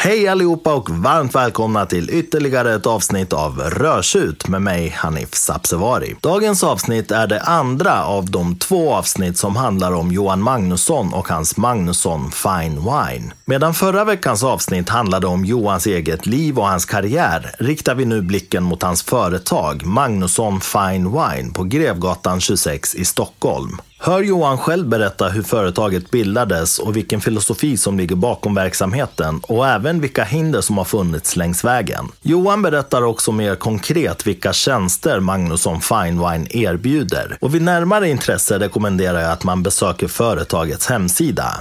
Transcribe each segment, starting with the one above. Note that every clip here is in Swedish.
Hej allihopa och varmt välkomna till ytterligare ett avsnitt av Rörsut med mig Hanif Sabsevari. Dagens avsnitt är det andra av de 2 avsnitt som handlar om Johan Magnusson och hans Magnusson Fine Wine. Medan förra veckans avsnitt handlade om Johans eget liv och hans karriär riktar vi nu blicken mot hans företag Magnusson Fine Wine på Grevgatan 26 i Stockholm. Hör Johan själv berätta hur företaget bildades och vilken filosofi som ligger bakom verksamheten och även vilka hinder som har funnits längs vägen. Johan berättar också mer konkret vilka tjänster Magnusson Fine Wine erbjuder. Och vid närmare intresse rekommenderar jag att man besöker företagets hemsida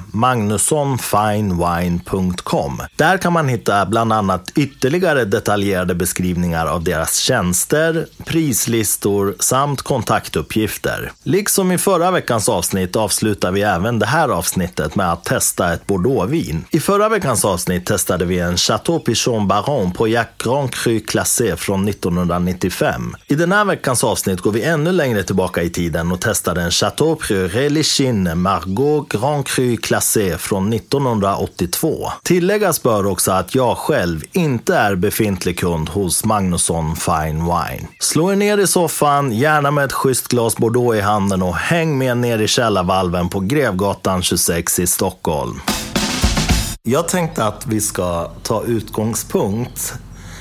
magnussonfinewine.com. Där kan man hitta bland annat ytterligare detaljerade beskrivningar av deras tjänster, prislistor samt kontaktuppgifter. Liksom i förra veckans avsnitt avslutar vi även det här avsnittet med att testa ett Bordeauxvin. I förra veckans avsnitt testade vi en Chateau Pichon Baron på Jack Grand Cru Classé från 1995. I den här veckans avsnitt går vi ännu längre tillbaka i tiden och testade en Chateau Prieuré Lichine Margaux Grand Cru Classé från 1982. Tilläggas bör också att jag själv inte är befintlig kund hos Magnusson Fine Wine. Slå er ner i soffan, gärna med ett schysst glas Bordeaux i handen och häng med ner i källarvalven på Grevgatan 26 i Stockholm. Jag tänkte att vi ska ta utgångspunkt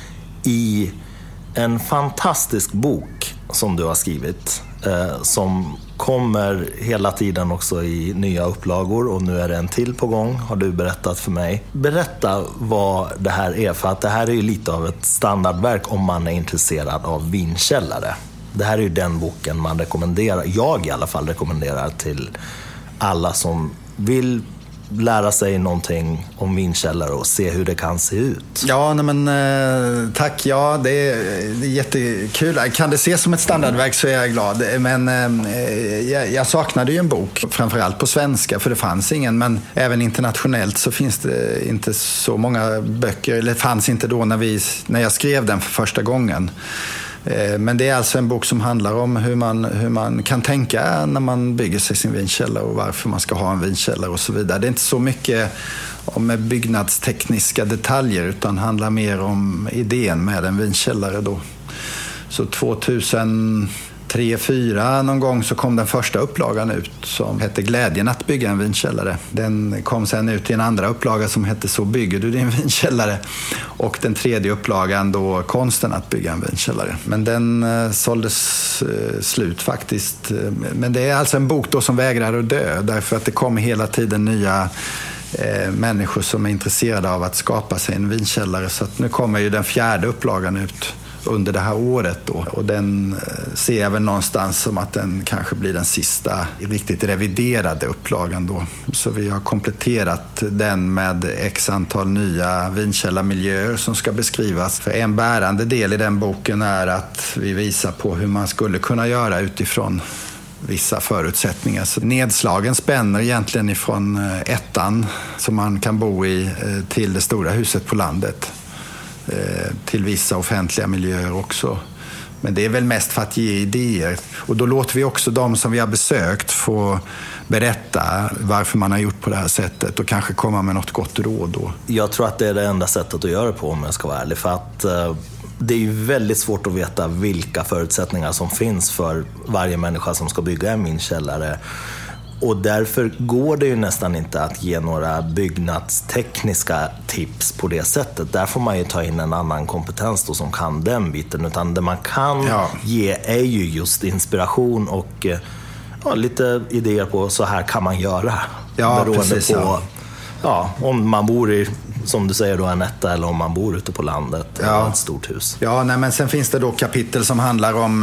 i en fantastisk bok som du har skrivit som kommer hela tiden också i nya upplagor och nu är det en till på gång, har du berättat för mig. Berätta vad det här är, för att det här är ju lite av ett standardverk om man är intresserad av vinkällare. Det här är ju den boken man rekommenderar, jag i alla fall rekommenderar till alla som vill lära sig någonting om vinkällare och se hur det kan se ut. Ja, nej men tack. Ja, det är jättekul. Kan det ses som ett standardverk så är jag glad. Men jag saknade ju en bok, framförallt på svenska, för det fanns ingen. Men även internationellt så finns det inte så många böcker, eller fanns inte då när jag skrev den för första gången. Men det är alltså en bok som handlar om hur man kan tänka när man bygger sig sin vinkällare och varför man ska ha en vinkällare och så vidare. Det är inte så mycket om byggnadstekniska detaljer utan handlar mer om idén med en vinkällare då. Så 2003-2004 någon gång så kom den första upplagan ut som hette Glädjen att bygga en vinkällare. Den kom sen ut i en andra upplaga som hette Så bygger du din vinkällare. Och den tredje upplagan då Konsten att bygga en vinkällare. Men den såldes slut faktiskt. Men det är alltså en bok då som vägrar att dö därför att det kommer hela tiden nya människor som är intresserade av att skapa sig en vinkällare. Så att nu kommer ju den 4:e upplagan ut under det här året då. Och den ser jag väl någonstans som att den kanske blir den sista riktigt reviderade upplagan då. Så vi har kompletterat den med x antal nya vinkällarmiljöer som ska beskrivas. För en bärande del i den boken är att vi visar på hur man skulle kunna göra utifrån vissa förutsättningar. Så nedslagen spänner egentligen ifrån ettan som man kan bo i till det stora huset på landet. Till vissa offentliga miljöer också. Men det är väl mest för att ge idéer. Och då låter vi också de som vi har besökt få berätta varför man har gjort på det här sättet och kanske komma med något gott råd då. Jag tror att det är det enda sättet att göra det på om jag ska vara ärlig. För att det är ju väldigt svårt att veta vilka förutsättningar som finns för varje människa som ska bygga en vinkällare. Och därför går det ju nästan inte att ge några byggnadstekniska tips på det sättet. Där får man ju ta in en annan kompetens då som kan den biten. Utan det man kan ge är ju just inspiration och lite idéer på så här kan man göra. Ja, beroende precis, på om man bor i, som du säger då, en etta eller om man bor ute på landet eller ett stort hus. Ja, nej, men sen finns det då kapitel som handlar om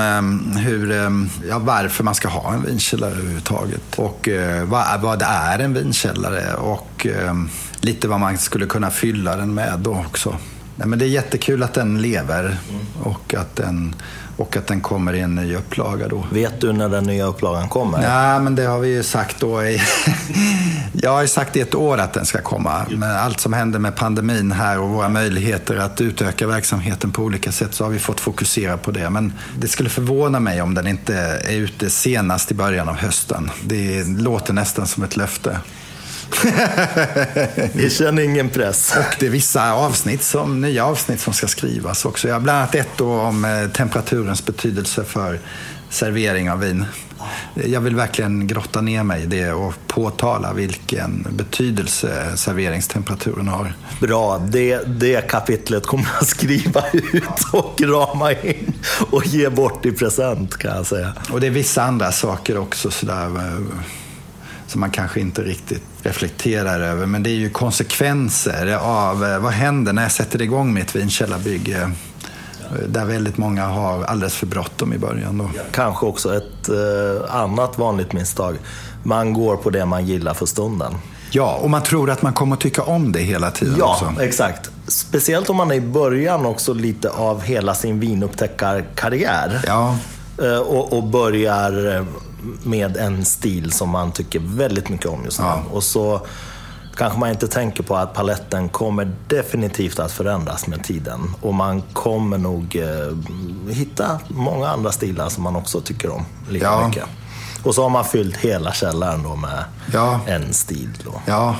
varför man ska ha en vinkällare överhuvudtaget och vad det är en vinkällare och lite vad man skulle kunna fylla den med då också. Nej, men det är jättekul att den lever och att den kommer i en ny upplaga då. Vet du när den nya upplagan kommer? Nej, men det har vi ju sagt då. Jag har ju sagt i ett år att den ska komma. Men allt som händer med pandemin här och våra möjligheter att utöka verksamheten på olika sätt så har vi fått fokusera på det. Men det skulle förvåna mig om den inte är ute senast i början av hösten. Det låter nästan som ett löfte. Vi känner ingen press. Och det är vissa nya avsnitt som ska skrivas också. Jag har bland annat ett då om temperaturens betydelse för servering av vin. Jag vill verkligen grotta ner mig i det och påtala vilken betydelse serveringstemperaturen har. Bra, det kapitlet kommer jag skriva ut och rama in och ge bort i present, kan jag säga. Och det är vissa andra saker också sådär som man kanske inte riktigt reflekterar över. Men det är ju konsekvenser av vad händer när jag sätter igång mitt vinkällarbygge. Där väldigt många har alldeles för bråttom i början då. Kanske också ett annat vanligt misstag. Man går på det man gillar för stunden. Ja, och man tror att man kommer att tycka om det hela tiden. Ja, också. Exakt. Speciellt om man är i början också lite av hela sin vinupptäckarkarriär. Ja. Och börjar med en stil som man tycker väldigt mycket om just nu. Ja. Och så kanske man inte tänker på att paletten kommer definitivt att förändras med tiden. Och man kommer nog hitta många andra stilar som man också tycker om lika mycket. Och så har man fyllt hela källaren då med en stil då. Ja.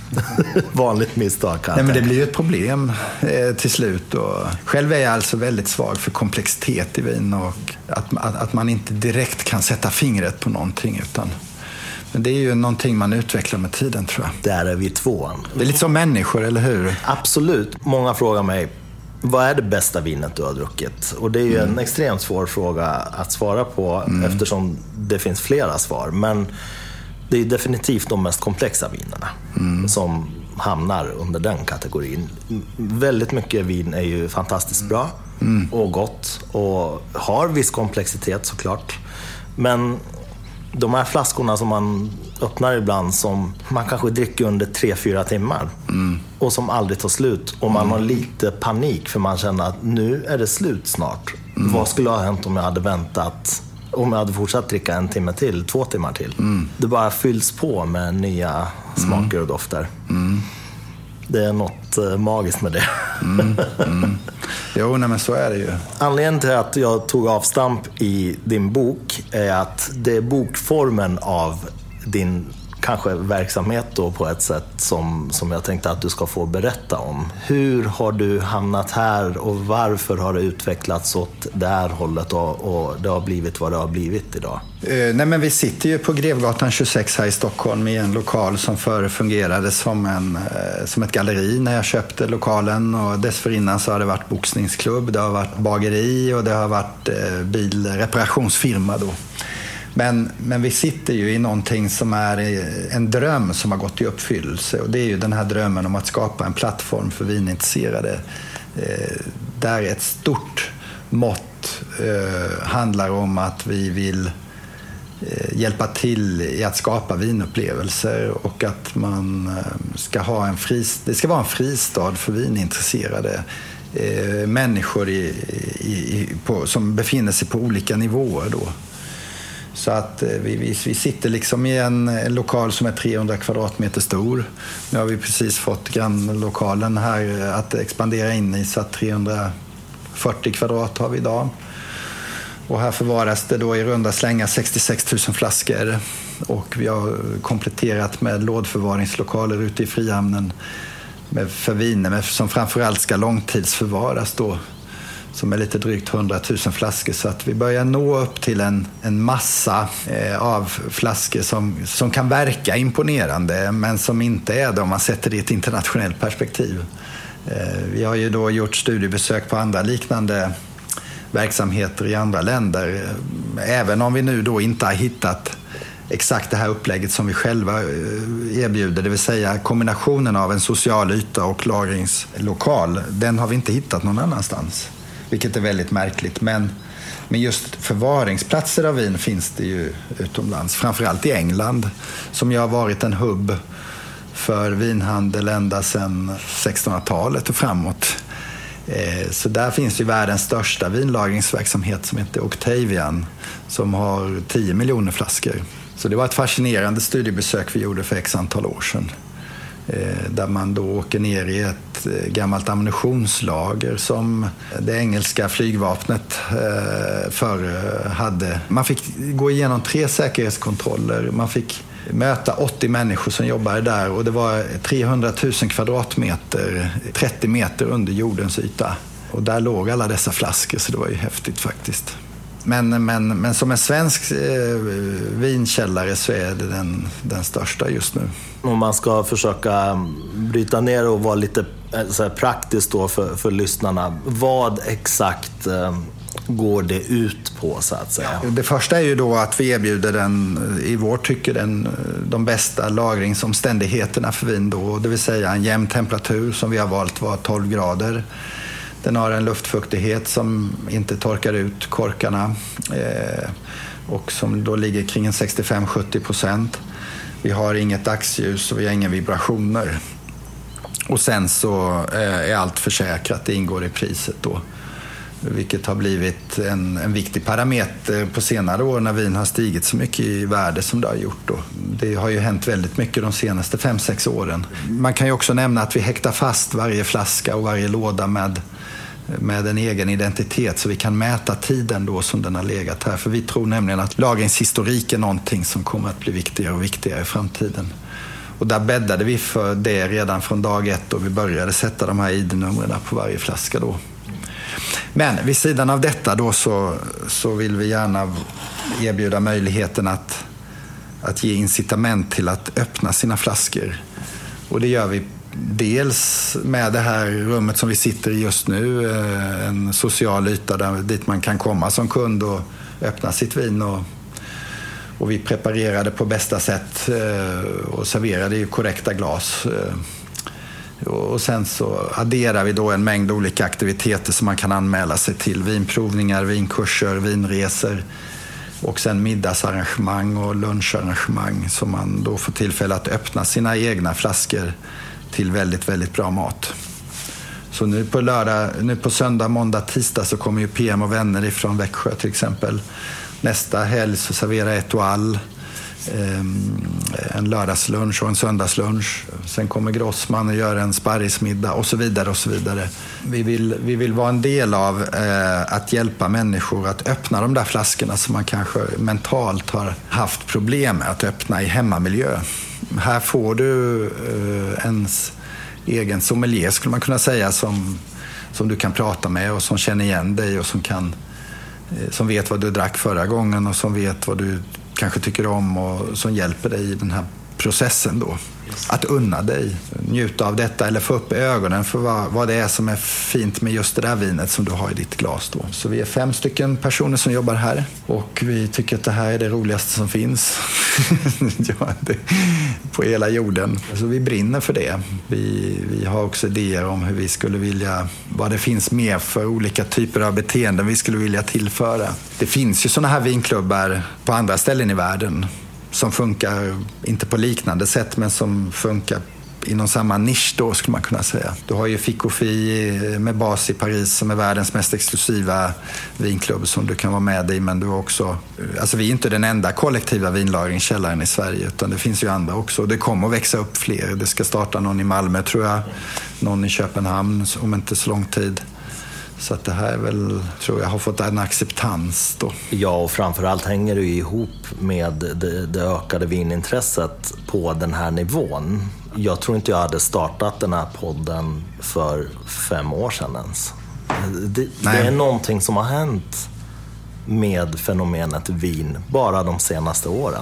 Vanligt misstag. Nej, men det blir ju ett problem till slut. Och själv är jag alltså väldigt svag för komplexitet i vin och att man inte direkt kan sätta fingret på någonting utan... Men det är ju någonting man utvecklar med tiden, tror jag. Där är vi två. Det är lite som människor, eller hur? Absolut. Många frågar mig, vad är det bästa vinet du har druckit? Och det är ju en extremt svår fråga att svara på eftersom det finns flera svar. Men det är definitivt de mest komplexa vinerna som hamnar under den kategorin. Väldigt mycket vin är ju fantastiskt bra och gott och har viss komplexitet såklart. Men de här flaskorna som man öppnar ibland som man kanske dricker under 3-4 timmar och som aldrig tar slut och man har lite panik för man känner att nu är det slut snart. Vad skulle ha hänt om jag hade väntat, om jag hade fortsatt dricka 1 timme till, 2 timmar till? Det bara fylls på med nya smaker och dofter. Det är något magiskt med det. Jo, nej, men så är det ju. Anledningen till att jag tog avstamp i din bok är att det är bokformen av din kanske verksamhet då på ett sätt som jag tänkte att du ska få berätta om. Hur har du hamnat här och varför har det utvecklats åt det här hållet och det har blivit vad det har blivit idag? Nej, men vi sitter ju på Grevgatan 26 här i Stockholm i en lokal som förr fungerade som ett galleri när jag köpte lokalen, och dessförinnan så har det varit boxningsklubb, det har varit bageri och det har varit bilreparationsfirma då. Men vi sitter ju i någonting som är en dröm som har gått i uppfyllelse, och det är ju den här drömmen om att skapa en plattform för vinintresserade där ett stort mått handlar om att vi vill hjälpa till i att skapa vinupplevelser och att man ska ha det ska vara en fristad för vinintresserade människor som befinner sig på olika nivåer då. Så att vi sitter liksom i en lokal som är 300 kvadratmeter stor. Nu har vi precis fått grannlokalen här att expandera in i, så att 340 kvadrat har vi idag. Och här förvaras det då i runda slängar 66 000 flaskor. Och vi har kompletterat med lådförvaringslokaler ute i Frihamnen för viner som framförallt ska långtidsförvaras då, som är lite drygt 100 000 flaskor. Så att vi börjar nå upp till en massa av flaskor som kan verka imponerande, men som inte är det om man sätter det i ett internationellt perspektiv. Vi har ju då gjort studiebesök på andra liknande verksamheter i andra länder. Även om vi nu då inte har hittat exakt det här upplägget som vi själva erbjuder, det vill säga kombinationen av en social yta och lagringslokal, den har vi inte hittat någon annanstans. Vilket är väldigt märkligt. Men just förvaringsplatser av vin finns det ju utomlands. Framförallt i England, som ju har varit en hubb för vinhandel ända sedan 1600-talet och framåt. Så där finns ju världens största vinlagringsverksamhet som heter Octavian, som har 10 miljoner flaskor. Så det var ett fascinerande studiebesök vi gjorde för x antal år sedan. Där man då åker ner i ett gammalt ammunitionslager som det engelska flygvapnet förr hade. Man fick gå igenom 3 säkerhetskontroller. Man fick möta 80 människor som jobbade där, och det var 300 000 kvadratmeter, 30 meter under jordens yta. Och där låg alla dessa flaskor, så det var ju häftigt faktiskt. Men som en svensk vinkällare så är det den största just nu. Om man ska försöka bryta ner och vara lite så här praktiskt då för lyssnarna, vad exakt går det ut på så att säga? Det första är ju då att vi erbjuder i vårt tycke de bästa lagringsomständigheterna för vin då, det vill säga en jämn temperatur som vi har valt var 12 grader. Den har en luftfuktighet som inte torkar ut korkarna och som då ligger kring 65-70%. Vi har inget dagsljus och vi har inga vibrationer. Och sen så är allt försäkrat, det ingår i priset då. Vilket har blivit en viktig parameter på senare år när vin har stigit så mycket i värde som det har gjort då. Det har ju hänt väldigt mycket de senaste 5-6 åren. Man kan ju också nämna att vi häktar fast varje flaska och varje låda med en egen identitet, så vi kan mäta tiden då som den har legat här. För vi tror nämligen att lagringshistorik är någonting som kommer att bli viktigare och viktigare i framtiden. Och där bäddade vi för det redan från dag 1 då vi började sätta de här ID-numren på varje flaska då. Men vid sidan av detta då så vill vi gärna erbjuda möjligheten att ge incitament till att öppna sina flaskor. Och det gör vi dels med det här rummet som vi sitter i just nu, en social yta dit man kan komma som kund och öppna sitt vin. Och vi preparerade på bästa sätt och serverade i korrekta glas. Och sen så adderar vi då en mängd olika aktiviteter som man kan anmäla sig till. Vinprovningar, vinkurser, vinresor och sen middagsarrangemang och luncharrangemang som man då får tillfälle att öppna sina egna flaskor till väldigt, väldigt bra mat. Så nu på söndag, måndag, tisdag så kommer ju PM och vänner ifrån Växjö till exempel. Nästa helg så serverar Etoile en lördagslunch och en söndagslunch. Sen kommer Grossman och gör en sparrismiddag och så vidare och så vidare. Vi vill vara en del av att hjälpa människor att öppna de där flaskorna som man kanske mentalt har haft problem med att öppna i hemmamiljö. Här får du ens egen sommelier skulle man kunna säga som du kan prata med och som känner igen dig och som vet vad du drack förra gången och som vet vad du kanske tycker om och som hjälper dig i den här processen då. Att unna dig, njuta av detta eller få upp ögonen för vad det är som är fint med just det där vinet som du har i ditt glas då. Så vi är 5 stycken personer som jobbar här och vi tycker att det här är det roligaste som finns på hela jorden. Så vi brinner för det. Vi har också idéer om hur vi skulle vilja, vad det finns mer för olika typer av beteenden vi skulle vilja tillföra. Det finns ju såna här vinklubbar på andra ställen i världen som funkar, inte på liknande sätt, men som funkar inom samma nisch då skulle man kunna säga. Du har ju Ficofi med bas i Paris som är världens mest exklusiva vinklubb som du kan vara med i, men du har också, alltså vi är inte den enda kollektiva vinlagringskällaren i Sverige utan det finns ju andra också och det kommer att växa upp fler. Det ska starta någon i Malmö tror jag, någon i Köpenhamn om inte så lång tid. Så att det här är väl, tror jag, har fått en acceptans då. Ja, och framförallt hänger det ihop med det ökade vinintresset på den här nivån. Jag tror inte jag hade startat den här podden för 5 år sedan ens. Det är någonting som har hänt med fenomenet vin bara de senaste åren.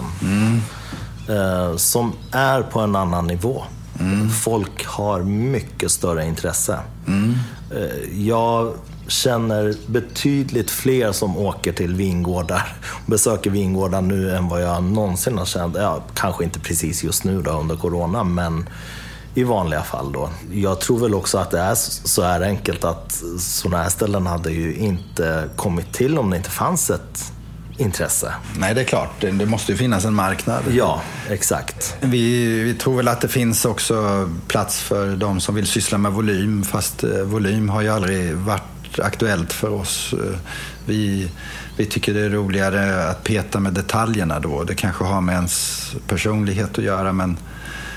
Som är på en annan nivå. Folk har mycket större intresse. Jag känner betydligt fler som åker till vingårdar och besöker vingårdar nu än vad jag någonsin har känt. Ja, kanske inte precis just nu då under corona, men i vanliga fall då. Jag tror väl också att det är så här enkelt att sådana här ställen hade ju inte kommit till om det inte fanns ett intresse. Nej, det är klart. Det måste ju finnas en marknad. Ja, exakt. Vi tror väl att det finns också plats för de som vill syssla med volym, fast volym har ju aldrig varit aktuellt för oss. Vi tycker det är roligare att peta med detaljerna då. Det kanske har med ens personlighet att göra, men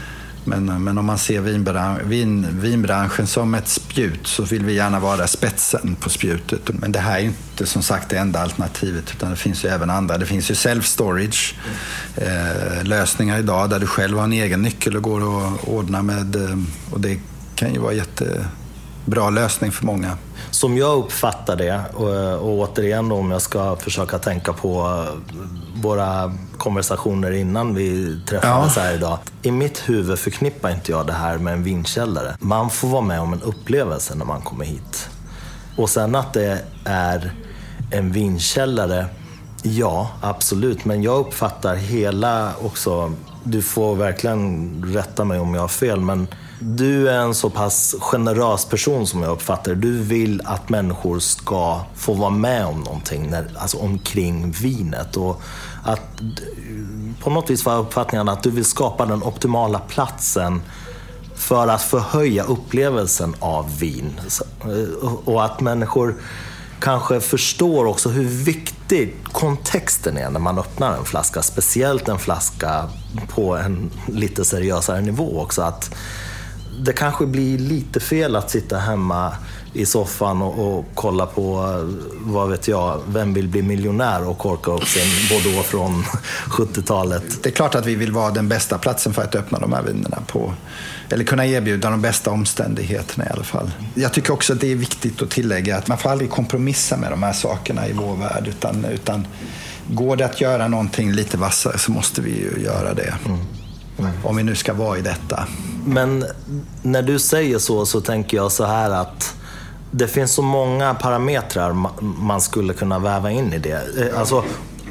Men om man ser vinbranschen som ett spjut så vill vi gärna vara spetsen på spjutet. Men det här är inte som sagt det enda alternativet, utan det finns ju även andra. Det finns ju self-storage lösningar idag där du själv har en egen nyckel och går och ordnar med, och det kan ju vara jättebra lösning för många. Som jag uppfattar det, och återigen om jag ska försöka tänka på våra konversationer innan vi träffades här idag. I mitt huvud förknippar inte jag det här med en vinkällare. Man får vara med om en upplevelse när man kommer hit. Och sen att det är en vinkällare, ja, absolut. Men jag uppfattar hela också, du får verkligen rätta mig om jag har fel, men du är en så pass generös person som jag uppfattar. Du vill att människor ska få vara med om någonting alltså omkring vinet. Och att på något vis var uppfattningen att du vill skapa den optimala platsen för att förhöja upplevelsen av vin. Och att människor kanske förstår också hur viktig kontexten är när man öppnar en flaska. Speciellt en flaska på en lite seriösare nivå också. Att det kanske blir lite fel att sitta hemma i soffan och kolla på, vad vet jag, Vem vill bli miljonär och korka upp sin Bordeaux från 70-talet. Det är klart att vi vill vara den bästa platsen för att öppna de här vinerna på, eller kunna erbjuda de bästa omständigheterna i alla fall. Jag tycker också att det är viktigt att tillägga att man får aldrig kompromissa med de här sakerna i vår värld, utan går det att göra någonting lite vassare så måste vi ju göra det. Om vi nu ska vara i detta. Men när du säger så tänker jag så här att det finns så många parametrar man skulle kunna väva in i det. Alltså,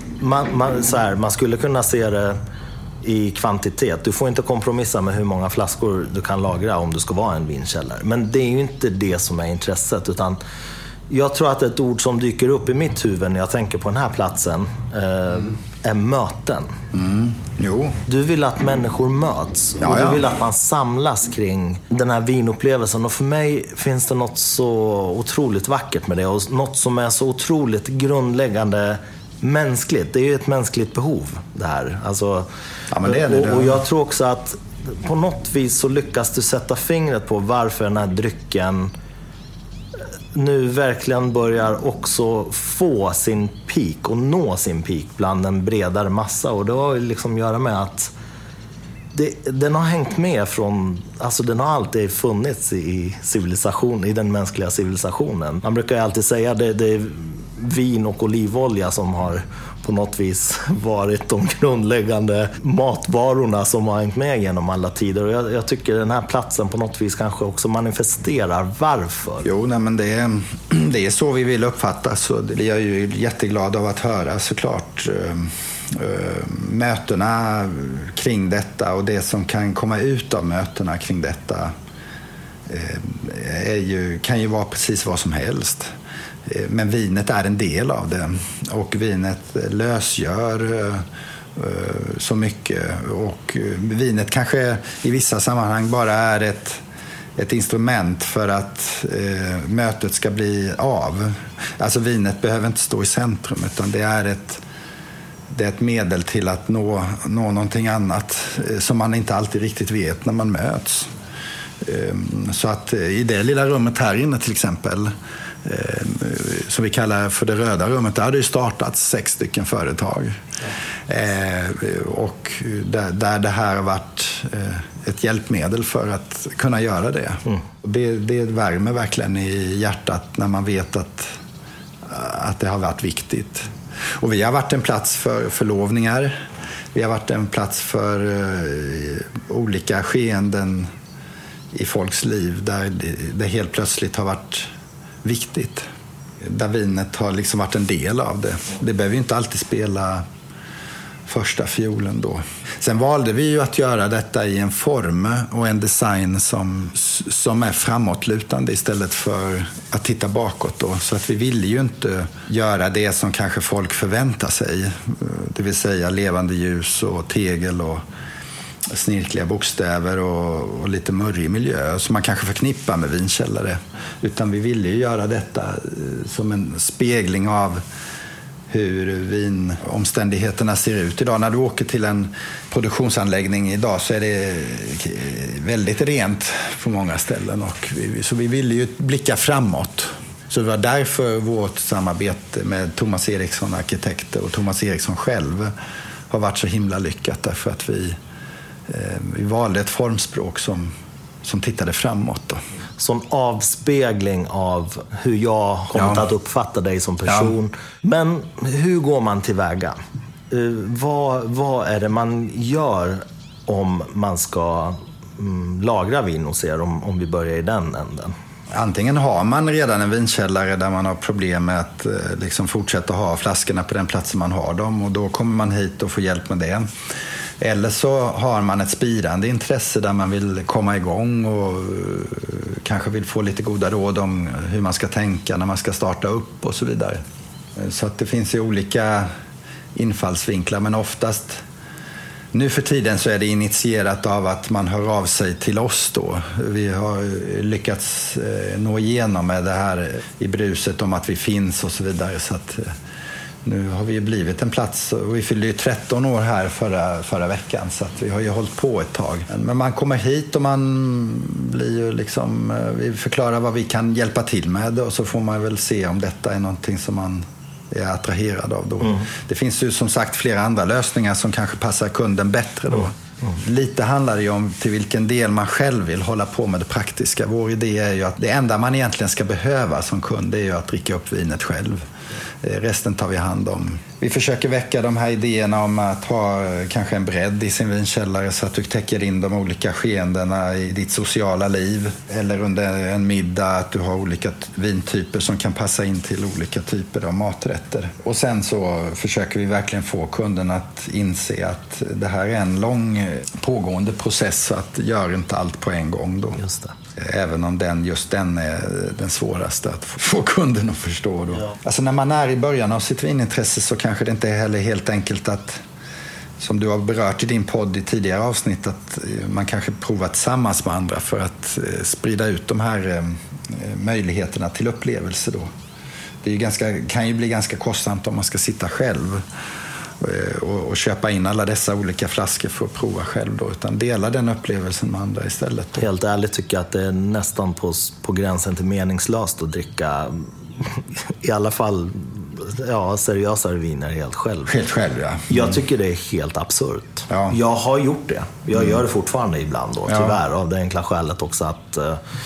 man skulle kunna se det i kvantitet. Du får inte kompromissa med hur många flaskor du kan lagra om du ska vara en vinkällare. Men det är ju inte det som är intresset, utan jag tror att ett ord som dyker upp i mitt huvud när jag tänker på den här platsen är möten. Jo. Du vill att människor möts och du vill att man samlas kring den här vinupplevelsen. Och för mig finns det något så otroligt vackert med det, och något som är så otroligt grundläggande mänskligt. Det är ju ett mänskligt behov det här. Alltså, men det är det. Och jag tror också att på något vis så lyckas du sätta fingret på varför den här drycken nu verkligen börjar också få sin peak och nå sin peak bland en bredare massa. Och det har ju liksom att göra med att den har hängt med från, alltså den har alltid funnits i civilisation, i den mänskliga civilisationen. Man brukar ju alltid säga det är vin och olivolja som har på något vis varit de grundläggande matvarorna som har hängt med genom alla tider. Och jag tycker den här platsen på något vis kanske också manifesterar varför. Jo, nej, men det är så vi vill uppfatta, så det är jag ju jätteglad av att höra såklart. Mötena kring detta och det som kan komma ut av mötena kring detta kan ju vara precis vad som helst. Men vinet är en del av det, och vinet lösgör så mycket, och vinet kanske i vissa sammanhang bara är ett instrument för att mötet ska bli av. Alltså vinet behöver inte stå i centrum, utan det är ett medel till att nå någonting annat som man inte alltid riktigt vet när man möts. Så att i det lilla rummet här inne till exempel, som vi kallar för det röda rummet, där har det ju startats 6 stycken företag. Och där det här har varit ett hjälpmedel för att kunna göra det. Det värmer verkligen i hjärtat när man vet att det har varit viktigt. Och vi har varit en plats för förlovningar. Vi har varit en plats för olika skeenden i folks liv där det helt plötsligt har varit viktigt. Där vinet har liksom varit en del av det. Det behöver ju inte alltid spela första fiolen då. Sen valde vi ju att göra detta i en form och en design som är framåtlutande istället för att titta bakåt då. Så att vi ville ju inte göra det som kanske folk förväntar sig. Det vill säga levande ljus och tegel och snirkliga bokstäver och lite murrig miljö som man kanske förknippar med vinkällare. Utan vi ville ju göra detta som en spegling av hur vinomständigheterna ser ut idag. När du åker till en produktionsanläggning idag så är det väldigt rent på många ställen. Så vi ville ju blicka framåt. Så det var därför vårt samarbete med Thomas Eriksson arkitekter och Thomas Eriksson själv har varit så himla lyckat. Därför att vi valde ett formspråk som tittade framåt då. Som avspegling av hur jag kommit att uppfatta dig som person. Ja. Men hur går man tillväga? Vad är det man gör om man ska lagra vin hos er, om vi börjar i den änden? Antingen har man redan en vinkällare där man har problem med att liksom fortsätta ha flaskorna på den platsen man har dem, och då kommer man hit och får hjälp med det. Eller så har man ett spirande intresse där man vill komma igång och kanske vill få lite goda råd om hur man ska tänka när man ska starta upp och så vidare. Så att det finns ju olika infallsvinklar, men oftast nu för tiden så är det initierat av att man hör av sig till oss då. Vi har lyckats nå igenom med det här i bruset om att vi finns och så vidare, så att nu har vi blivit en plats, och vi fyllde ju 13 år här förra veckan, så att vi har ju hållit på ett tag. Men man kommer hit och man blir ju liksom, vi förklarar vad vi kan hjälpa till med, och så får man väl se om detta är någonting som man är attraherad av då. Det finns ju som sagt flera andra lösningar som kanske passar kunden bättre då. Lite handlar det ju om till vilken del man själv vill hålla på med det praktiska. Vår idé är ju att det enda man egentligen ska behöva som kund är ju att dricka upp vinet själv. Resten tar vi hand om. Vi försöker väcka de här idéerna om att ha kanske en bredd i sin vinkällare så att du täcker in de olika skeendena i ditt sociala liv. Eller under en middag att du har olika vintyper som kan passa in till olika typer av maträtter. Och sen så försöker vi verkligen få kunden att inse att det här är en lång pågående process, så att gör inte allt på en gång då. Just det. Även om den är den svåraste att få kunden att förstå då. Ja. Alltså när man är i början av sitt vinintresse så kanske det inte är heller helt enkelt att, som du har berört i din podd i tidigare avsnitt, att man kanske provar tillsammans med andra för att sprida ut de här möjligheterna till upplevelse då. Det är kan ju bli ganska kostsamt om man ska sitta själv och köpa in alla dessa olika flaskor för att prova själv då, utan dela den upplevelsen med andra istället då. Helt ärligt tycker jag att det är nästan på gränsen till meningslöst att dricka i alla fall seriösare viner helt själv. Helt själv, ja. Jag tycker det är helt absurt. Ja. Jag har gjort det. Jag gör det fortfarande ibland då, tyvärr, av det enkla skälet också att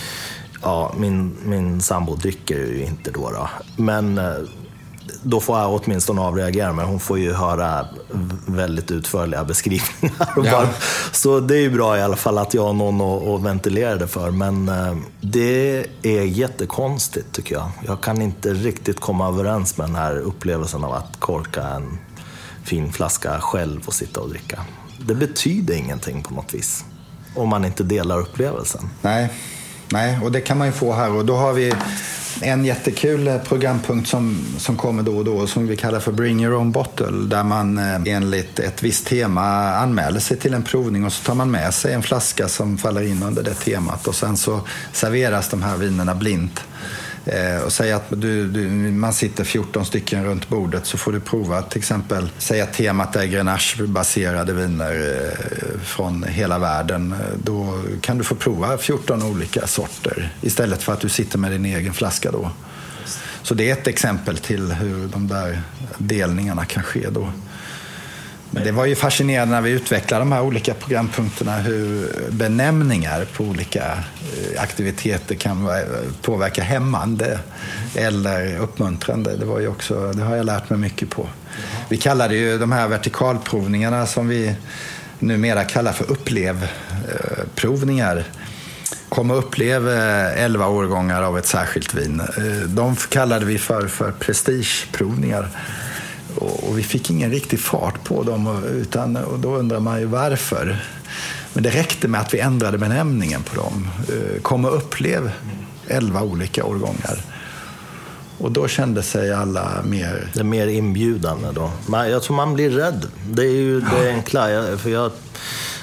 min sambo dricker ju inte då. Men då får jag åtminstone avreagera, men hon får ju höra väldigt utförliga beskrivningar. Ja. Så det är ju bra i alla fall att jag har någon att ventilera det för. Men det är jättekonstigt tycker jag. Jag kan inte riktigt komma överens med den här upplevelsen av att korka en fin flaska själv och sitta och dricka. Det betyder ingenting på något vis om man inte delar upplevelsen. Nej, och det kan man ju få här. Och då har vi en jättekul programpunkt som kommer då och då, som vi kallar för Bring Your Own Bottle, där man enligt ett visst tema anmäler sig till en provning, och så tar man med sig en flaska som faller in under det temat, och sen så serveras de här vinerna blint. Och säga att man sitter 14 stycken runt bordet, så får du prova till exempel, säga att temat är Grenache-baserade viner från hela världen. Då kan du få prova 14 olika sorter istället för att du sitter med din egen flaska då. Så det är ett exempel till hur de där delningarna kan ske då. Men det var ju fascinerande när vi utvecklade de här olika programpunkterna, hur benämningar på olika aktiviteter kan påverka hämmande eller uppmuntrande. Det har jag lärt mig mycket på. Vi kallade ju de här vertikalprovningarna, som vi numera kallar för upplevprovningar. Kom och upplev 11 årgångar av ett särskilt vin. De kallade vi för prestigeprovningar. Och vi fick ingen riktig fart på dem, och då undrar man ju varför. Men det räckte med att vi ändrade benämningen på dem. Kom och upplev 11 olika årgångar. Och då kände sig alla mer... Det är mer inbjudande då. Jag tror man blir rädd. Det är ju det enkla. För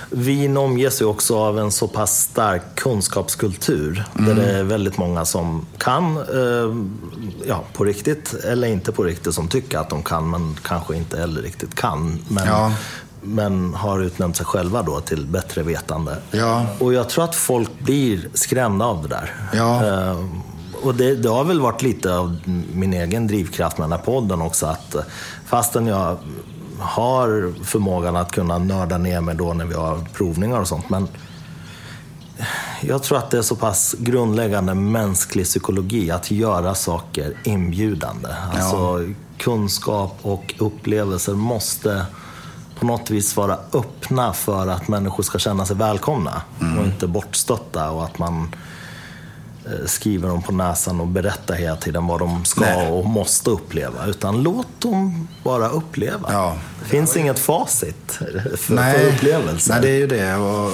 vin omges ju också av en så pass stark kunskapskultur där det är väldigt många som kan, på riktigt eller inte på riktigt, som tycker att de kan men kanske inte eller riktigt kan. Men har utnämnt sig själva då till bättre vetande. Ja. Och jag tror att folk blir skrämda av det där. Ja. Och det har väl varit lite av min egen drivkraft med den här podden också, att fastän jag har förmågan att kunna nörda ner mig då när vi har provningar och sånt, men jag tror att det är så pass grundläggande mänsklig psykologi att göra saker inbjudande. Alltså kunskap och upplevelser måste på något vis vara öppna för att människor ska känna sig välkomna och inte bortstötta, och att man skriver dem på näsan och berättar hela tiden vad de ska och måste uppleva, utan låt dem bara uppleva. Ja. Det finns inget facit för upplevelser. Nej, det är ju det.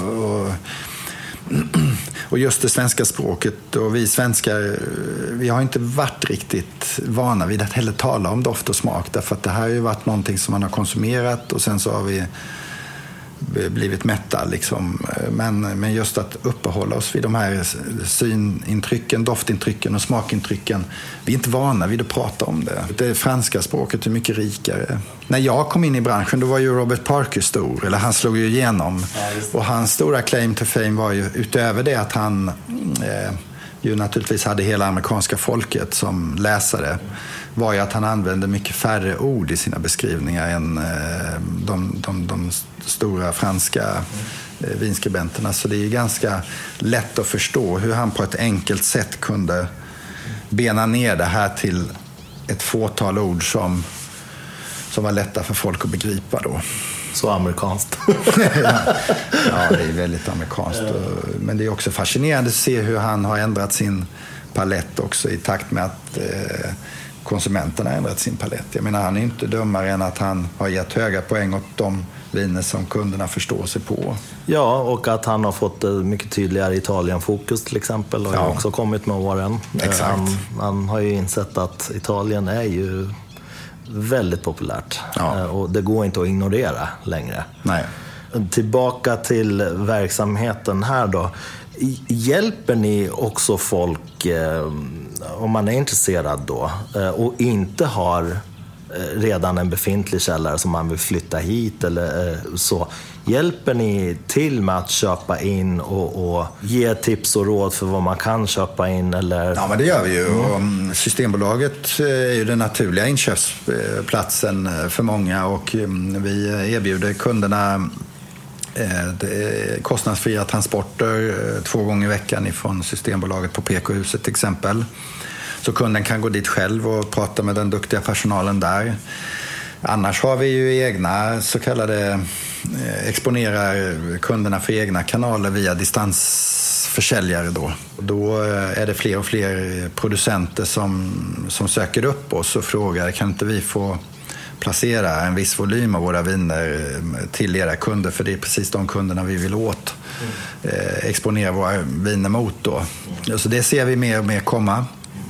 Och just det svenska språket, och vi svenskar, vi har inte varit riktigt vana vid att heller tala om doft och smak, därför att det här har ju varit någonting som man har konsumerat och sen så har vi blivit mätta liksom. Men just att uppehålla oss vid de här synintrycken, doftintrycken och smakintrycken, vi är inte vana vid att prata om det. Det franska språket är mycket rikare. När jag kom in i branschen, då var ju Robert Parker stor, eller han slog ju igenom. Och hans stora claim to fame var ju, utöver det att han ju naturligtvis hade hela amerikanska folket som läsare, var ju att han använde mycket färre ord i sina beskrivningar än de stora franska vinskribenterna. Så det är ju ganska lätt att förstå hur han på ett enkelt sätt kunde bena ner det här till ett fåtal ord som var lätta för folk att begripa då. Så amerikanskt. Ja, det är väldigt amerikanskt. Men det är också fascinerande att se hur han har ändrat sin palett också i takt med att konsumenterna har ändrat sin palett. Jag menar, han är inte dummare än att han har gett höga poäng åt de viner som kunderna förstår sig på. Ja, och att han har fått mycket tydligare Italien-fokus till exempel, och har också kommit med åren. Exakt. Han har ju insett att Italien är ju väldigt populärt. Ja. Och det går inte att ignorera längre. Nej. Tillbaka till verksamheten här då. Hjälper ni också folk, om man är intresserad då, och inte har redan en befintlig källare som man vill flytta hit eller så, hjälper ni till med att köpa in och ge tips och råd för vad man kan köpa in? Eller? Ja, men det gör vi ju. Systembolaget är ju den naturliga inköpsplatsen för många, och vi erbjuder kunderna kostnadsfria transporter 2 gånger i veckan ifrån Systembolaget på PK-huset till exempel. Så kunden kan gå dit själv och prata med den duktiga personalen där. Annars har vi ju egna så kallade, exponerar kunderna för egna kanaler via distansförsäljare då. Då är det fler och fler producenter som söker upp oss och frågar, kan inte vi få placera en viss volym av våra viner till era kunder, för det är precis de kunderna vi vill åt. Exponera våra viner mot då. Så det ser vi mer och mer komma.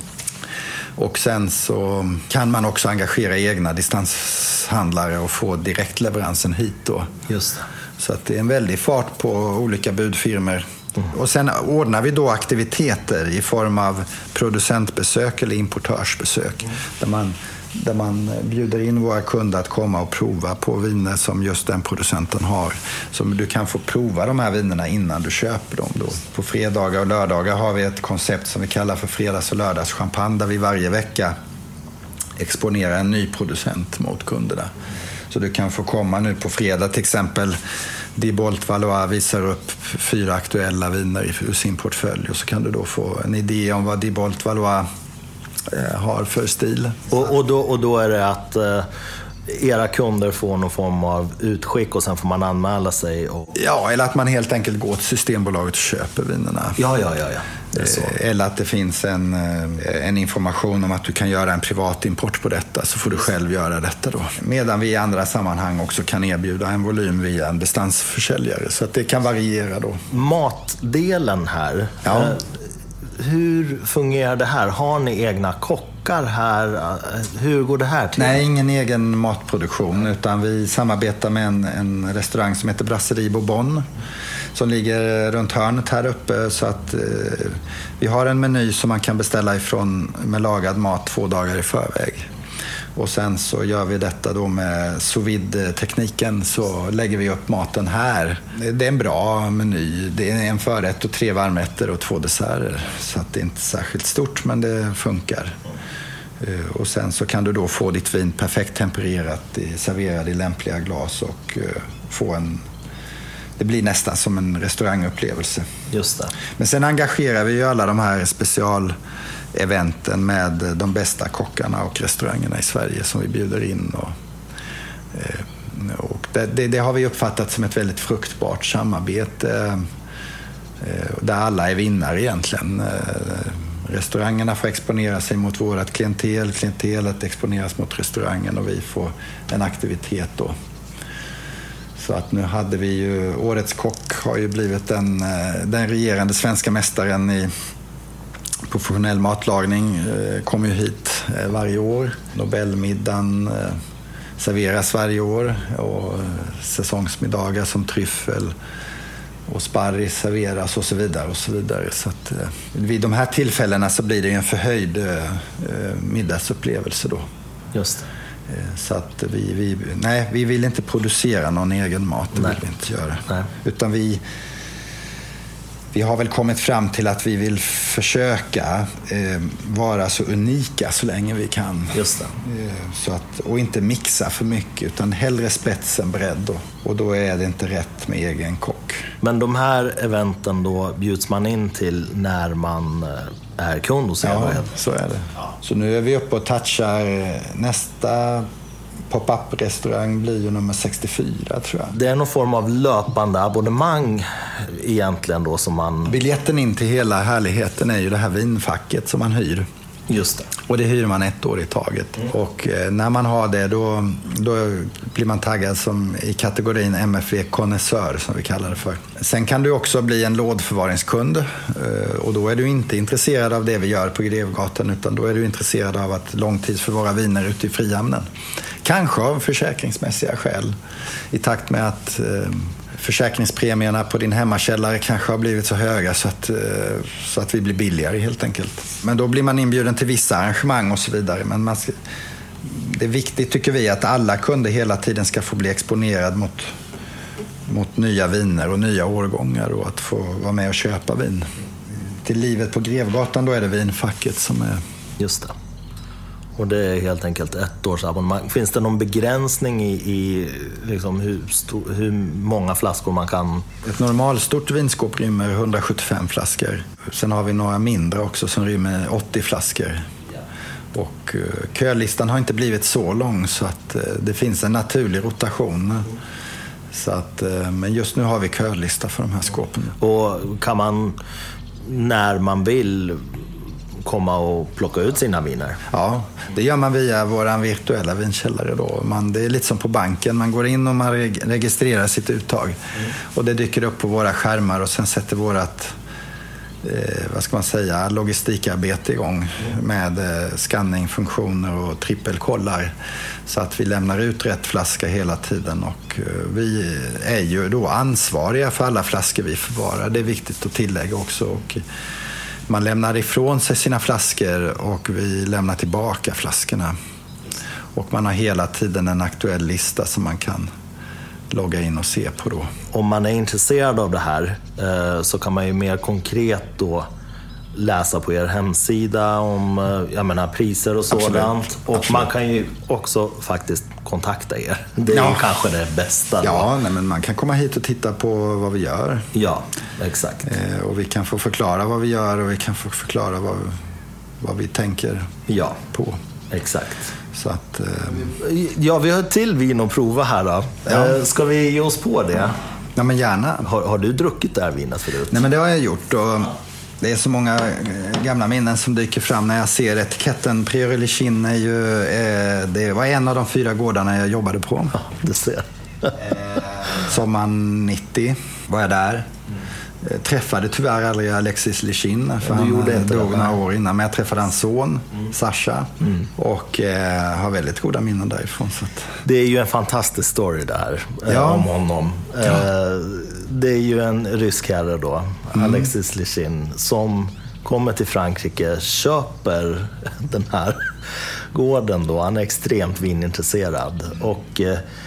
Och sen så kan man också engagera egna distanshandlare och få direktleveransen hit då. Just det. Så att det är en väldig fart på olika budfirmor. Och sen ordnar vi då aktiviteter i form av producentbesök eller importörsbesök. Där man bjuder in våra kunder att komma och prova på viner som just den producenten har. Så du kan få prova de här vinerna innan du köper dem då. På fredagar och lördagar har vi ett koncept som vi kallar för fredags- och lördagschampagne, där vi varje vecka exponerar en ny producent mot kunderna. Så du kan få komma nu på fredag till exempel. Diebold Valois visar upp 4 aktuella viner ur sin portfölj, och så kan du då få en idé om vad Diebold Valois har för stil. Och då är det att era kunder får någon form av utskick och sen får man anmäla sig? Ja, eller att man helt enkelt går till Systembolaget och köper vinerna. Ja. Det är så. Eller att det finns en information om att du kan göra en privat import på detta, så får du själv göra detta då. Medan vi i andra sammanhang också kan erbjuda en volym via en distansförsäljare, så att det kan variera då. Matdelen här. Ja. hur fungerar det här? Har ni egna kockar här? Hur går det här till? Nej, ingen egen matproduktion, utan vi samarbetar med en restaurang som heter Brasserie Bourbon som ligger runt hörnet här uppe. Så att vi har en meny som man kan beställa ifrån med lagad mat 2 dagar i förväg. Och sen så gör vi detta då med sous vide-tekniken, så lägger vi upp maten här. Det är en bra meny. Det är en förrätt och 3 varmrätter och 2 desserter. Så att det är inte särskilt stort, men det funkar. Och sen så kan du då få ditt vin perfekt tempererat, serverad i lämpliga glas och få det blir nästan som en restaurangupplevelse. Just det. Men sen engagerar vi ju alla de här specialeventen med de bästa kockarna och restaurangerna i Sverige som vi bjuder in. Och det har vi uppfattat som ett väldigt fruktbart samarbete där alla är vinnare egentligen. Restaurangerna får exponera sig mot vårt klientel, klientelet exponeras mot restaurangen och vi får en aktivitet då. Så att nu hade vi ju, årets kock har ju blivit den regerande svenska mästaren i professionell matlagning, kommer ju hit varje år. Nobelmiddagen serveras varje år och säsongsmiddagar som tryffel och sparris serveras och så vidare och så vidare. Så att vid de här tillfällena så blir det en förhöjd middagsupplevelse då. Just det. Så att vi vill inte producera någon egen mat, det vill vi inte göra. Nej. Utan vi har väl kommit fram till att vi vill försöka vara så unika så länge vi kan. Just det. Så att, och inte mixa för mycket, utan hellre spets än bredd. Och då är det inte rätt med egen kock. Men de här eventen då bjuds man in till när man är kund hos er? Ja, så är det. Ja. Så nu är vi uppe och touchar nästa pop-up-restaurang blir ju nummer 64 tror jag. Det är någon form av löpande abonnemang egentligen då som man... Biljetten in till hela härligheten är ju det här vinfacket som man hyr. Just det. Och det hyr man 1 år i taget. Och när man har det då blir man taggad som i kategorin MFV Connoisseur som vi kallar det för. Sen kan du också bli en lådförvaringskund och då är du inte intresserad av det vi gör på Grevgatan, utan då är du intresserad av att långtidsförvara viner ute i Frihamnen. Kanske av försäkringsmässiga skäl i takt med att försäkringspremierna på din hemmakällare kanske har blivit så höga så att vi blir billigare helt enkelt. Men då blir man inbjuden till vissa arrangemang och så vidare. Men det är viktigt tycker vi att alla kunder hela tiden ska få bli exponerad mot nya viner och nya årgångar och att få vara med och köpa vin. Till livet på Grevgatan då är det vinfacket som är... Just det. Och det är helt enkelt 1 års abonnemang. Finns det någon begränsning i liksom hur många flaskor man kan... Ett normalstort vinskåp rymmer 175 flaskor. Sen har vi några mindre också som rymmer 80 flaskor. Och kölistan har inte blivit så lång så att det finns en naturlig rotation. Så att, men just nu har vi kölista för de här skåpen. Och kan man, när man vill, komma och plocka ut sina viner? Ja, det gör man via vår virtuella vinkällare då. Det är lite som på banken. Man går in och man registrerar sitt uttag. Och det dyker upp på våra skärmar och sen sätter vårat logistikarbete igång med skanningfunktioner och trippelkollar så att vi lämnar ut rätt flaska hela tiden, och vi är ju då ansvariga för alla flaskor vi förvarar. Det är viktigt att tillägga också, och man lämnar ifrån sig sina flaskor och vi lämnar tillbaka flaskorna, och man har hela tiden en aktuell lista som man kan logga in och se på då. Om man är intresserad av det här så kan man ju mer konkret då läsa på er hemsida om priser och sådant. Absolut. Och absolut. Man kan ju också faktiskt kontakta er. Det är ju kanske det bästa. Ja, men man kan komma hit och titta på vad vi gör. Ja, exakt. Och vi kan få förklara vad vi gör och vi kan få förklara vad vi tänker på. Exakt. Så att, ja, vi har ett till vin att prova här då. Ja. Ska vi ge oss på det? Ja, men gärna. Har du druckit det här vinet förut? Nej, men det har jag gjort, och det är så många gamla minnen som dyker fram när jag ser etiketten. Prieuré Les Chines är ju, det var en av de 4 gårdarna jag jobbade på. Ja, det ser. Sommaren 90 var jag där. Träffade tyvärr aldrig Alexis Lichine, för han dog några år innan. Men jag träffade hans son, Sasha, och har väldigt goda minnen därifrån. Så att... Det är ju en fantastisk story där om honom. Det är ju en rysk herre då, Alexis Lichine, som kommer till Frankrike, köper den här gården då. Han är extremt vinintresserad. Och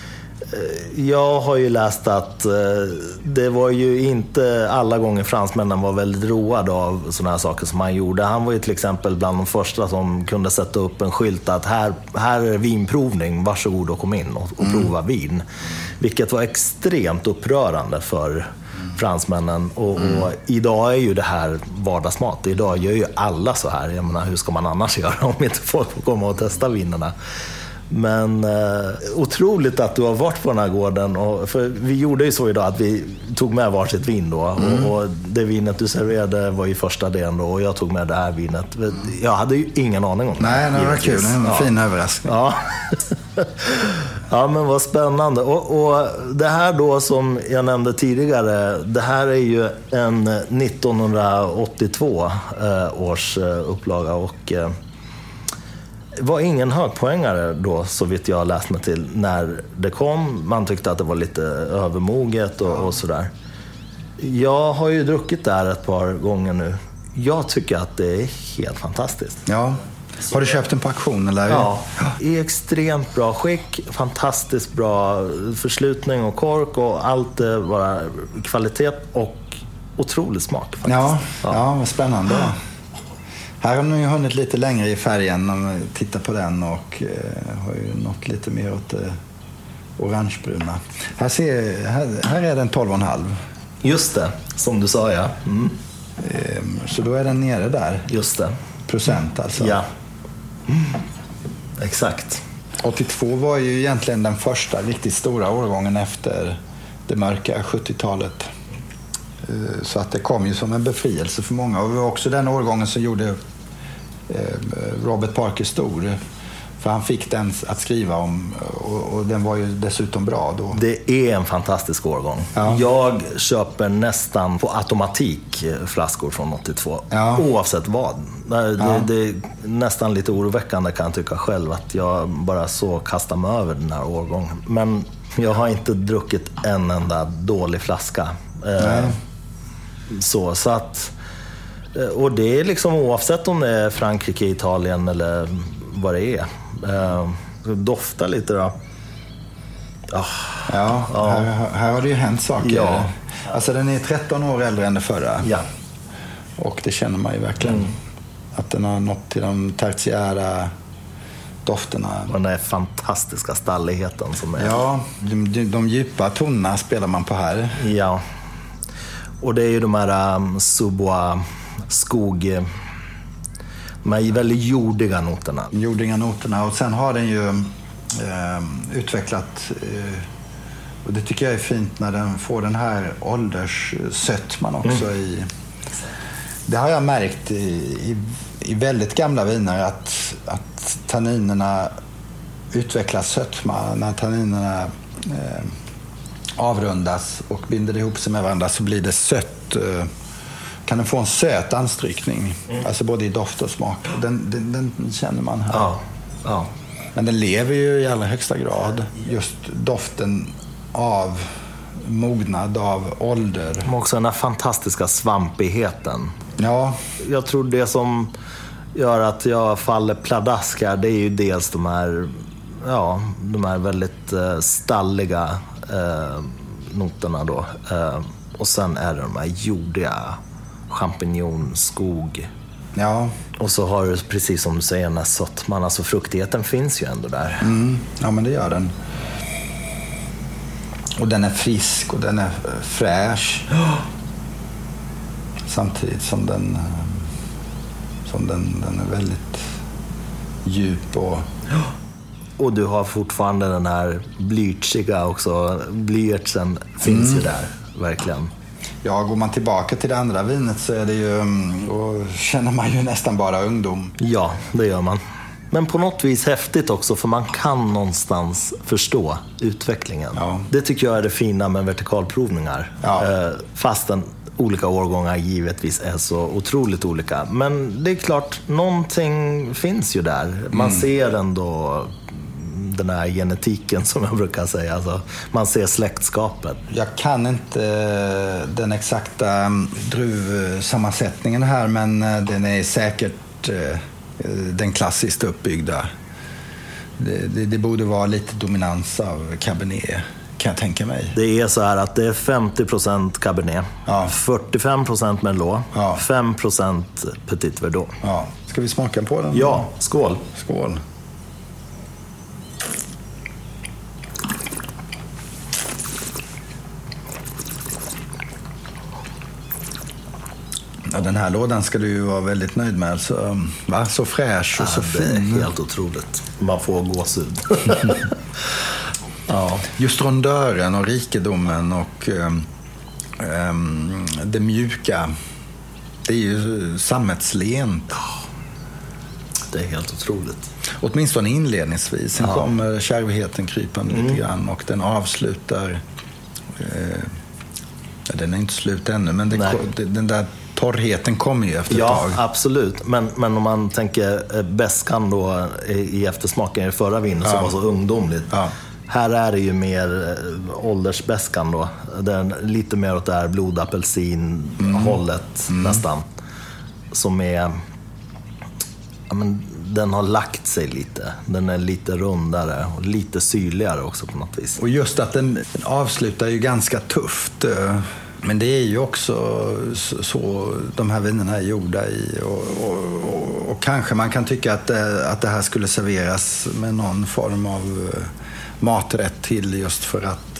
jag har ju läst att det var ju inte alla gånger fransmännen var väldigt roade av sådana här saker som han gjorde. Han var ju till exempel bland de första som kunde sätta upp en skylt att här är vinprovning, varsågod och kom in och prova vin. Vilket var extremt upprörande för fransmännen. Och idag är ju det här vardagsmat. Idag gör ju alla så här. Jag menar, hur ska man annars göra om inte folk får komma och testa vinerna? Men otroligt att du har varit på den här gården. För vi gjorde ju så idag att vi tog med varsitt vin då. Och det vinet du serverade var ju första delen då. Och jag tog med det här vinet. Jag hade ju ingen aning om det. Nej, det var kul. En fin överraskning. Ja. Ja, men vad spännande. Och det här då som jag nämnde tidigare, det här är ju en 1982 års upplaga och var ingen högpoängare då, så vitt jag har läst mig till, när det kom. Man tyckte att det var lite övermoget och sådär. Jag har ju druckit det här ett par gånger nu. Jag tycker att det är helt fantastiskt. Ja. Har du köpt den på auktion eller? Ja, i extremt bra skick, fantastiskt bra förslutning och kork och allt är bara kvalitet och otrolig smak faktiskt. Ja, vad spännande. Här har ni ju hunnit lite längre i färgen om man tittar på den och har ju nått lite mer åt det orangebruna. Här är den 12,5. Just det, som du sa, ja. Så då är den nere där. Just det. Procent alltså. Ja. Exakt. 82 var ju egentligen den första riktigt stora årgången efter det mörka 70-talet. Så att det kom ju som en befrielse för många. Och det var också den årgången som gjorde Robert Parker stor. För han fick den att skriva om och den var ju dessutom bra då. Det är en fantastisk årgång. Ja. Jag köper nästan på automatik flaskor från 82. Ja. Oavsett vad. Det är nästan lite oroväckande, kan jag tycka själv, att jag bara så kastar mig över den här årgången. Men jag har inte druckit en enda dålig flaska. Så att, och det är liksom oavsett om det är Frankrike, Italien eller vad det är. Dofta lite då. Här har det ju hänt saker. Ja. Alltså den är 13 år äldre än det förra. Ja. Och det känner man ju verkligen. Att den har nått till de tertiära dofterna. Den där fantastiska stalligheten som är. Ja, de djupa tonerna spelar man på här. Ja. Och det är ju de här Sous-Bois skog. De här väldigt jordiga noterna. Jordiga noterna. Och sen har den ju utvecklat, och det tycker jag är fint när den får den här ålderssötman också i. Det har jag märkt i väldigt gamla viner att tanninerna utvecklas sötma. När tanninerna avrundas och binder ihop sig med varandra så blir det sött. Kan den få en söt anstrykning, alltså både i doft och smak. Den känner man här. Ja. Men den lever ju i allra högsta grad. Just doften av mognad, av ålder. Men också den här fantastiska svampigheten. Ja. Jag tror det som gör att jag faller pladask här, det är ju dels de här väldigt stalliga noterna då. Och sen är det de här jordiga champignon, skog. Ja. Och så har du, precis som du säger, den här sötman, alltså fruktigheten finns ju ändå där. Ja, men det gör den. Och den är frisk och den är fräsch. Samtidigt som den är väldigt djup och du har fortfarande den här blyertsiga också. Blyertsen finns ju där, verkligen. Ja, går man tillbaka till det andra vinet så är det ju, och känner man ju nästan bara ungdom. Ja, det gör man. Men på något vis häftigt också, för man kan någonstans förstå utvecklingen. Ja. Det tycker jag är det fina med vertikalprovningar. Ja. Fastän olika årgångar givetvis är så otroligt olika. Men det är klart, någonting finns ju där. Man ser ändå den här genetiken som jag brukar säga. Alltså, man ser släktskapet. Jag kan inte den exakta druvsammansättningen här, men den är säkert den klassiskt uppbyggda. Det borde vara lite dominans av Cabernet, kan jag tänka mig. Det är så här att det är 50% Cabernet, 45% Merlot, 5% Petit Verdot. Ja. Ska vi smaka på den? Ja, skål. Skål. Ja, den här lådan ska du ju vara väldigt nöjd med. Så fräsch och så fin. Det är helt otroligt. Man får gåshud. Ja. Just rondören och rikedomen och det mjuka. Det är ju sammetslent. Det är helt otroligt. Åtminstone inledningsvis. Sen kommer kärvheten krypande lite grann och den avslutar. Den är inte slut ännu, men den där torrheten kommer ju efter ett tag. Ja, absolut. Men om man tänker bäskan då i eftersmaken i förra vinen som var så ungdomligt. Ja. Här är det ju mer åldersbäskan då. Den lite mer åt det här blodapelsin-hållet nästan. Som är... Ja, men den har lagt sig lite. Den är lite rundare och lite syrligare också på något vis. Och just att den avslutar ju ganska tufft. Men det är ju också så de här vinerna är gjorda i. Och kanske man kan tycka att det här skulle serveras med någon form av maträtt till, just för att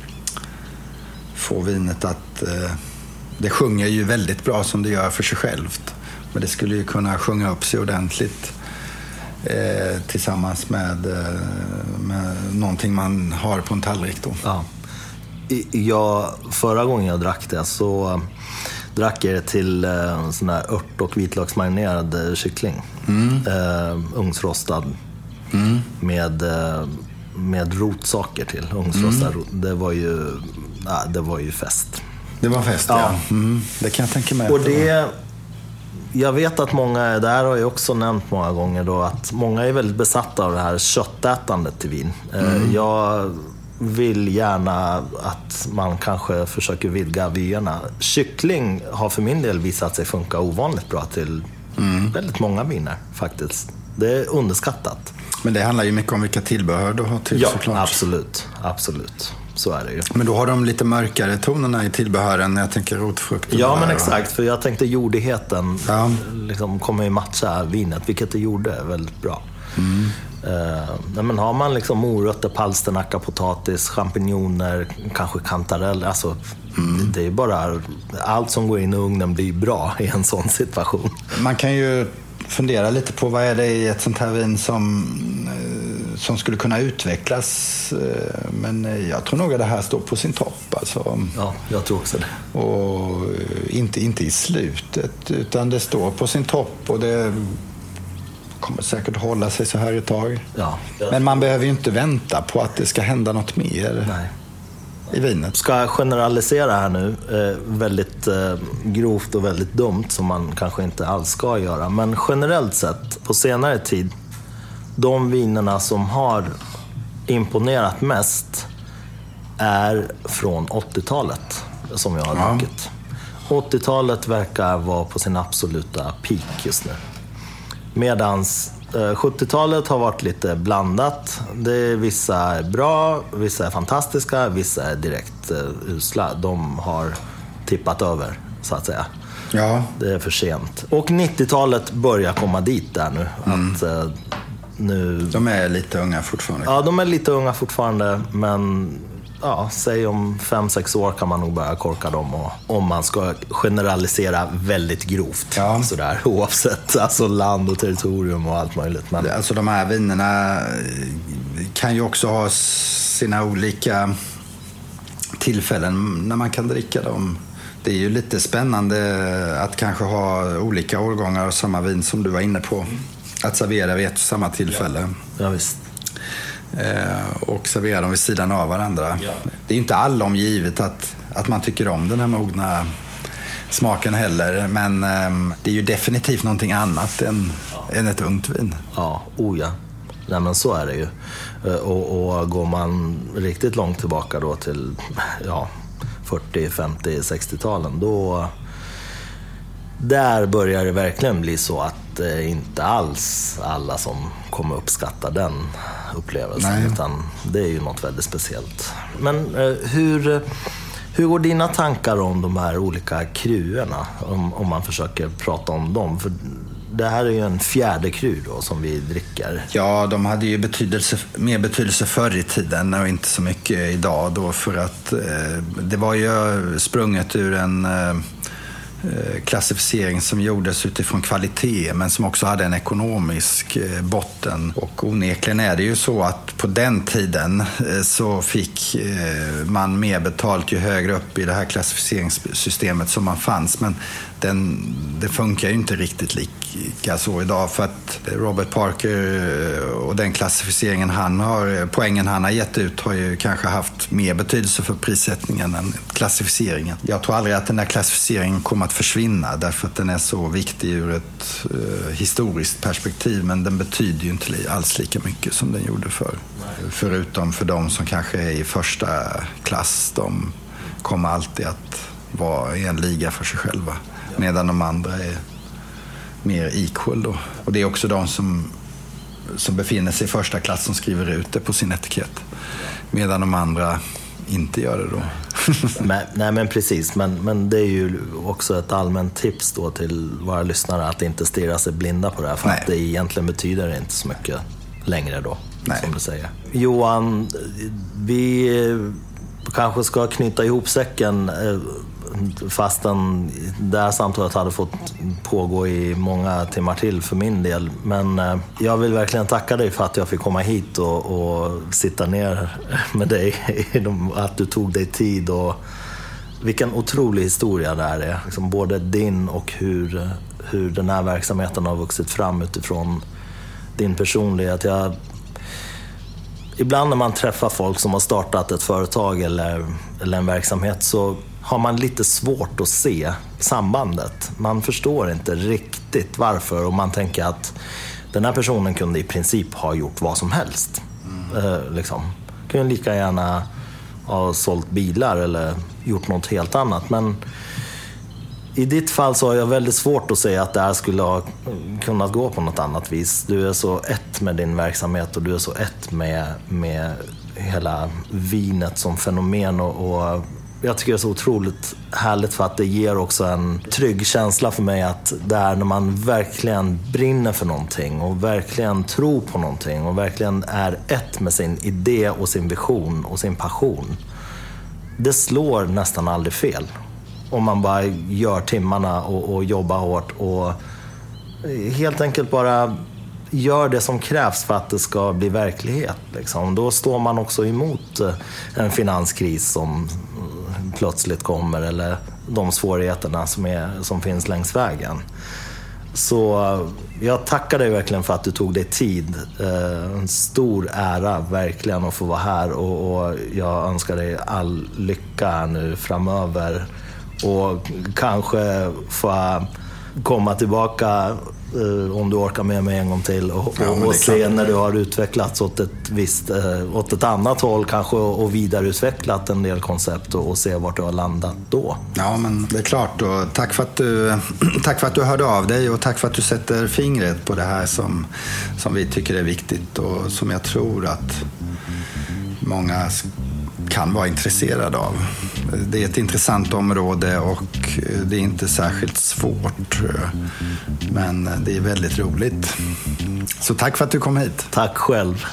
få vinet att... det sjunger ju väldigt bra som det gör för sig självt. Men det skulle ju kunna sjunga upp sig ordentligt tillsammans med någonting man har på en tallrik då. Ja. Förra gången jag drack det så drack jag det till sån här ört- och vitlöksmarinerad kyckling. Ugnsrostad. Med rotsaker till. Ugnsrostad. Det var ju fest. Det var fest, ja. Det kan jag tänka mig. Och jag vet att många är där, och jag har också nämnt många gånger då, att många är väldigt besatta av det här köttätandet till vin. Jag vill gärna att man kanske försöker vidga vyerna. Kyckling har för min del visat sig funka ovanligt bra till väldigt många viner faktiskt. Det är underskattat. Men det handlar ju mycket om vilka tillbehör du har till, såklart. Ja, absolut. Så är det ju. Men då har de lite mörkare tonerna i tillbehören, jag tänker rotfrukt. Ja, men exakt. För jag tänkte jordigheten liksom kommer ju matcha vinet, vilket det gjorde väldigt bra. Men har man liksom morötter, palsternacka, potatis, champinjoner, kanske kantareller, alltså det är bara allt som går in i ugnen blir bra i en sån situation. Man kan ju fundera lite på vad är det i ett sånt här vin som skulle kunna utvecklas, men jag tror nog att det här står på sin topp alltså. Ja, jag tror också det. Och inte i slutet, utan det står på sin topp, och det kommer säkert hålla sig så här ett tag. Ja. Men man behöver ju inte vänta på att det ska hända något mer. Nej. I vinet. Ska jag generalisera här nu, väldigt grovt och väldigt dumt, som man kanske inte alls ska göra, men generellt sett på senare tid, de vinerna som har imponerat mest är från 80-talet som jag har druckit. 80-talet verkar vara på sin absoluta peak just nu. Medans 70-talet har varit lite blandat. Vissa är bra, vissa är fantastiska, vissa är direkt usla. De har tippat över, så att säga. Ja. Det är för sent. Och 90-talet börjar komma dit där nu. Att, nu... De är lite unga fortfarande. Ja, de är lite unga fortfarande, men säg om 5-6 år kan man nog börja korka dem, och om man ska generalisera väldigt grovt sådär, oavsett alltså land och territorium och allt möjligt. Men... Alltså de här vinerna kan ju också ha sina olika tillfällen när man kan dricka dem. Det är ju lite spännande att kanske ha olika årgångar av samma vin som du var inne på. Att servera vid ett och samma tillfälle. Ja, visst. Och servera dem vid sidan av varandra. Det är ju inte alla omgivet att man tycker om den här mogna smaken heller. Men det är ju definitivt någonting annat än ett ungt vin. Ja, ja. Nej, men så är det ju. Och går man riktigt långt tillbaka då till 40, 50, 60-talen, då där börjar det verkligen bli så att inte alls alla som kommer uppskatta den upplevelsen. Nej. Utan det är ju något väldigt speciellt. Men hur går dina tankar om de här olika kruerna, om man försöker prata om dem? För det här är ju en fjärde kru då som vi dricker. Ja, de hade ju mer betydelse förr i tiden och inte så mycket idag då, för att det var ju sprunget ur en klassificering som gjordes utifrån kvalitet, men som också hade en ekonomisk botten. Och onekligen är det ju så att på den tiden så fick man mer betalt ju högre upp i det här klassificeringssystemet som man fanns. Men det funkar ju inte riktigt lika så idag, för att Robert Parker och den klassificeringen poängen han har gett ut har ju kanske haft mer betydelse för prissättningen än klassificeringen. Jag tror aldrig att den där klassificeringen kommer att försvinna, därför att den är så viktig ur ett historiskt perspektiv, men den betyder ju inte alls lika mycket som den gjorde förr. Förutom för de som kanske är i första klass, de kommer alltid att vara i en liga för sig själva, medan de andra är mer equal då. Och det är också de som befinner sig i första klass som skriver ut det på sin etikett, medan de andra inte gör det då. Nej, men precis. Men det är ju också ett allmänt tips då till våra lyssnare att inte stirra sig blinda på det här, för att det egentligen betyder det inte så mycket längre då, som du säger. Johan, vi kanske ska knyta ihop säcken, fastän det här samtalet hade fått pågå i många timmar till för min del. Men jag vill verkligen tacka dig för att jag fick komma hit och sitta ner med dig, att du tog dig tid, och vilken otrolig historia det här är. Liksom både din och hur den här verksamheten har vuxit fram utifrån din personlighet. Ibland när man träffar folk som har startat ett företag eller en verksamhet, så har man lite svårt att se sambandet. Man förstår inte riktigt varför, och man tänker att den här personen kunde i princip ha gjort vad som helst. Kunde lika gärna ha sålt bilar eller gjort något helt annat. Men i ditt fall så har jag väldigt svårt att säga att det här skulle ha kunnat gå på något annat vis. Du är så ett med din verksamhet, och du är så ett med hela vinet som fenomen, och jag tycker det är så otroligt härligt, för att det ger också en trygg känsla för mig att det är när man verkligen brinner för någonting och verkligen tror på någonting och verkligen är ett med sin idé och sin vision och sin passion. Det slår nästan aldrig fel. Om man bara gör timmarna och jobbar hårt och helt enkelt bara gör det som krävs för att det ska bli verklighet. Liksom. Då står man också emot en finanskris som plötsligt kommer, eller de svårigheterna som finns längs vägen. Så jag tackar dig verkligen för att du tog dig tid. En stor ära verkligen att få vara här, och jag önskar dig all lycka nu framöver, och kanske få komma tillbaka om du orkar med mig en gång till och se när du har utvecklats åt ett annat håll kanske, och vidareutvecklat en del koncept och se vart du har landat då. Ja, men det är klart, och tack för att du hörde av dig, och tack för att du sätter fingret på det här som vi tycker är viktigt, och som jag tror att många kan vara intresserad av. Det är ett intressant område, och det är inte särskilt svårt, men det är väldigt roligt. Så tack för att du kom hit. Tack själv.